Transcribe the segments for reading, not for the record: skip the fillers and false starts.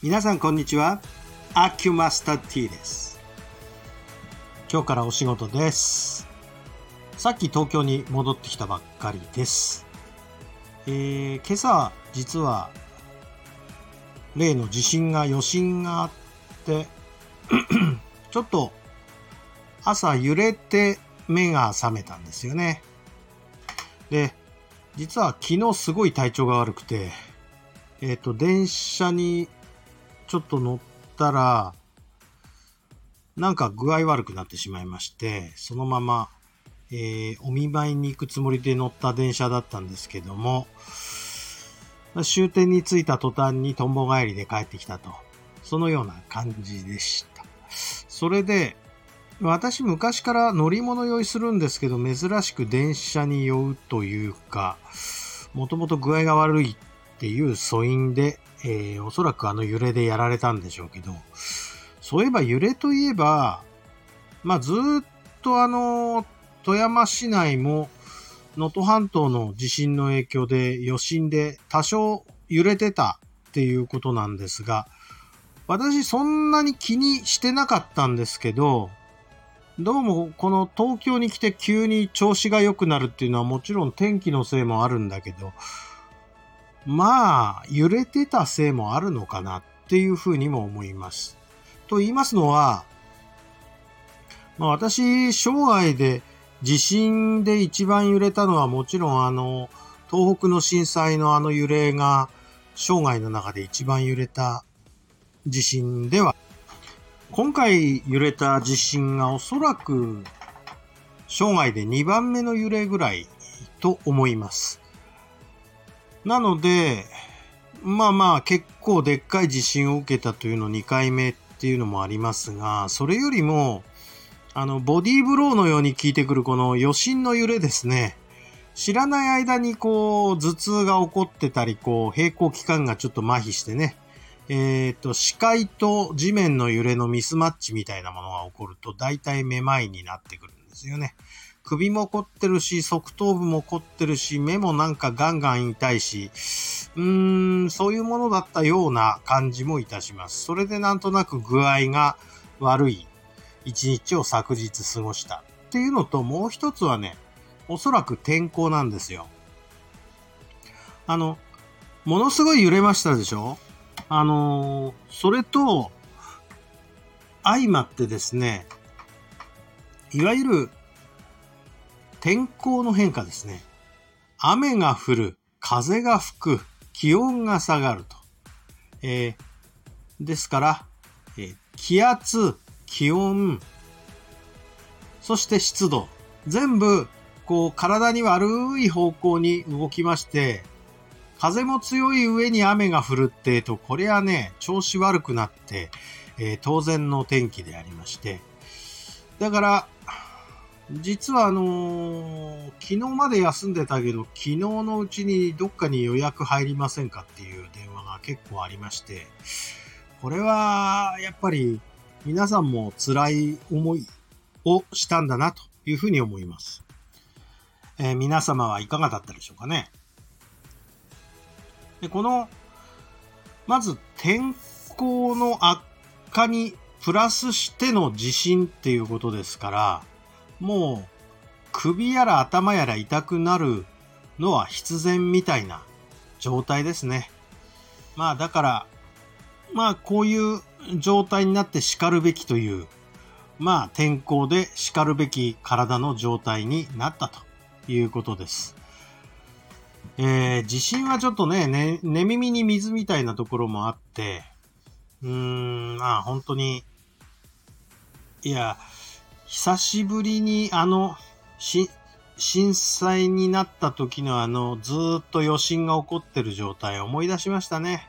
皆さんこんにちは。アキュマスター T です。今日からお仕事です。さっき東京に戻ってきたばっかりです。今朝実は例の地震が余震があってちょっと朝揺れて目が覚めたんですよね。で、実は昨日すごい体調が悪くて、電車にちょっと乗ったら、なんか具合悪くなってしまいまして、そのまま、お見舞いに行くつもりで乗った電車だったんですけども、終点に着いた途端にとんぼ帰りで帰ってきたと。そのような感じでした。それで、私昔から乗り物酔いするんですけど、珍しく電車に酔うというか、もともと具合が悪いっていう素因で、おそらくあの揺れでやられたんでしょうけど、そういえば揺れといえば、ずっと富山市内も能登半島の地震の影響で余震で多少揺れてたっていうことなんですが、私そんなに気にしてなかったんですけど、どうもこの東京に来て急に調子が良くなるっていうのはもちろん天気のせいもあるんだけど、揺れてたせいもあるのかなっていうふうにも思います。と言いますのは、私、生涯で地震で一番揺れたのはもちろん東北の震災の揺れが生涯の中で一番揺れた地震では、今回揺れた地震がおそらく生涯で2番目の揺れぐらいと思います。なので、結構でっかい地震を受けたというの2回目っていうのもありますが、それよりもボディーブローのように効いてくるこの余震の揺れですね。知らない間に頭痛が起こってたり、平衡器官がちょっと麻痺してね、視界と地面の揺れのミスマッチみたいなものが起こると、大体めまいになってくるんですよね。首も凝ってるし、側頭部も凝ってるし、目もなんかガンガン痛いし、そういうものだったような感じもいたします。それでなんとなく具合が悪い一日を昨日過ごしたっていうのと、もう一つはね、おそらく天候なんですよ。ものすごい揺れましたでしょ？それと相まってですね、いわゆる天候の変化ですね。雨が降る、風が吹く、気温が下がると。ですから、気圧、気温、そして湿度、全部体に悪い方向に動きまして、風も強い上に雨が降るってこれはね、調子悪くなって、当然の天気でありまして、だから実は昨日まで休んでたけど、昨日のうちにどっかに予約入りませんかっていう電話が結構ありまして、これはやっぱり皆さんも辛い思いをしたんだなというふうに思います。皆様はいかがだったでしょうかね。で、まず天候の悪化にプラスしての地震っていうことですから、もう首やら頭やら痛くなるのは必然みたいな状態ですね。だから、こういう状態になって叱るべきという、天候で叱るべき体の状態になったということです。地震はちょっとね、寝耳に水みたいなところもあって、本当に、久しぶりに震災になった時のずーっと余震が起こってる状態を思い出しましたね。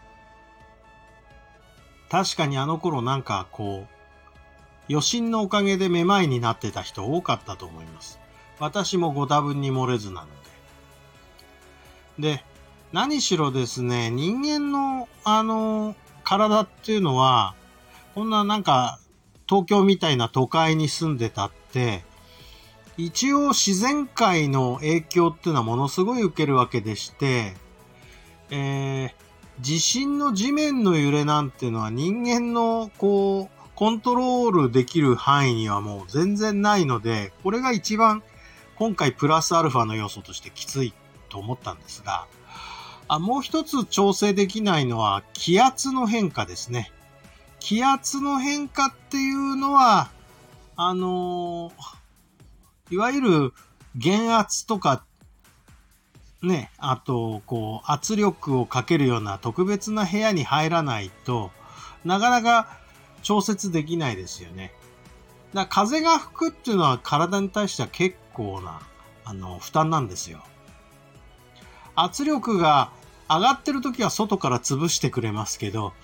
確かにあの頃余震のおかげでめまいになってた人多かったと思います。私もご多分に漏れずなので。で、何しろですね、人間の体っていうのは、こんな東京みたいな都会に住んでたって、一応自然界の影響っていうのはものすごい受けるわけでして、 地震の地面の揺れなんていうのは人間のコントロールできる範囲にはもう全然ないので、これが一番今回プラスアルファの要素としてきついと思ったんですが、もう一つ調整できないのは気圧の変化ですね。気圧の変化っていうのは、いわゆる減圧とか、ね、あと、圧力をかけるような特別な部屋に入らないとなかなか調節できないですよね。だから風が吹くっていうのは体に対しては結構な、負担なんですよ。圧力が上がってるときは外から潰してくれますけど、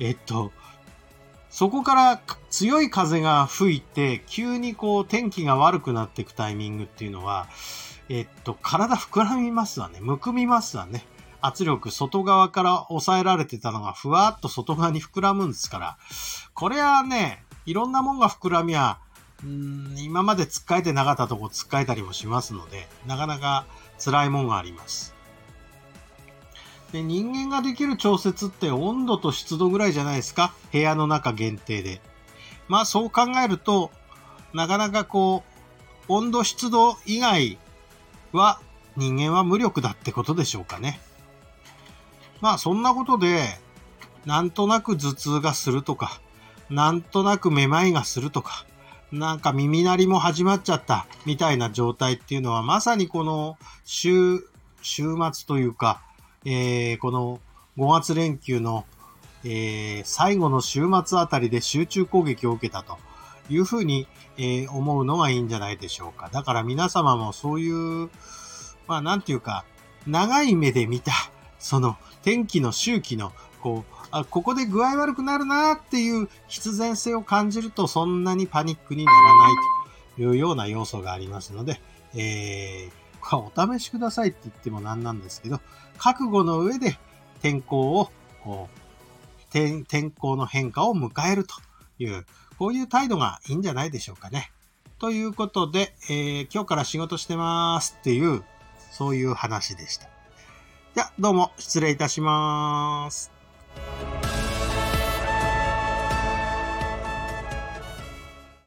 そこから強い風が吹いて、急に天気が悪くなっていくタイミングっていうのは、体膨らみますわね。むくみますわね。圧力、外側から抑えられてたのがふわっと外側に膨らむんですから。これはね、いろんなもんが膨らみは、今までつっかえてなかったとこつっかえたりもしますので、なかなか辛いもんがあります。で、人間ができる調節って温度と湿度ぐらいじゃないですか。部屋の中限定で。まあそう考えると、なかなか温度湿度以外は人間は無力だってことでしょうかね。まあそんなことで、なんとなく頭痛がするとか、なんとなくめまいがするとか、なんか耳鳴りも始まっちゃったみたいな状態っていうのはまさにこの週末というか、この5月連休の、最後の週末あたりで集中攻撃を受けたというふうに、思うのがいいんじゃないでしょうか。だから皆様もそういう、まあなんていうか、長い目で見た、その天気の周期の、ここで具合悪くなるなっていう必然性を感じるとそんなにパニックにならないというような要素がありますので、お試しくださいって言ってもなんなんですけど、覚悟の上で天候の変化を迎えるという、こういう態度がいいんじゃないでしょうかね。ということで、今日から仕事してますっていう、そういう話でした。じゃあ、どうも失礼いたします。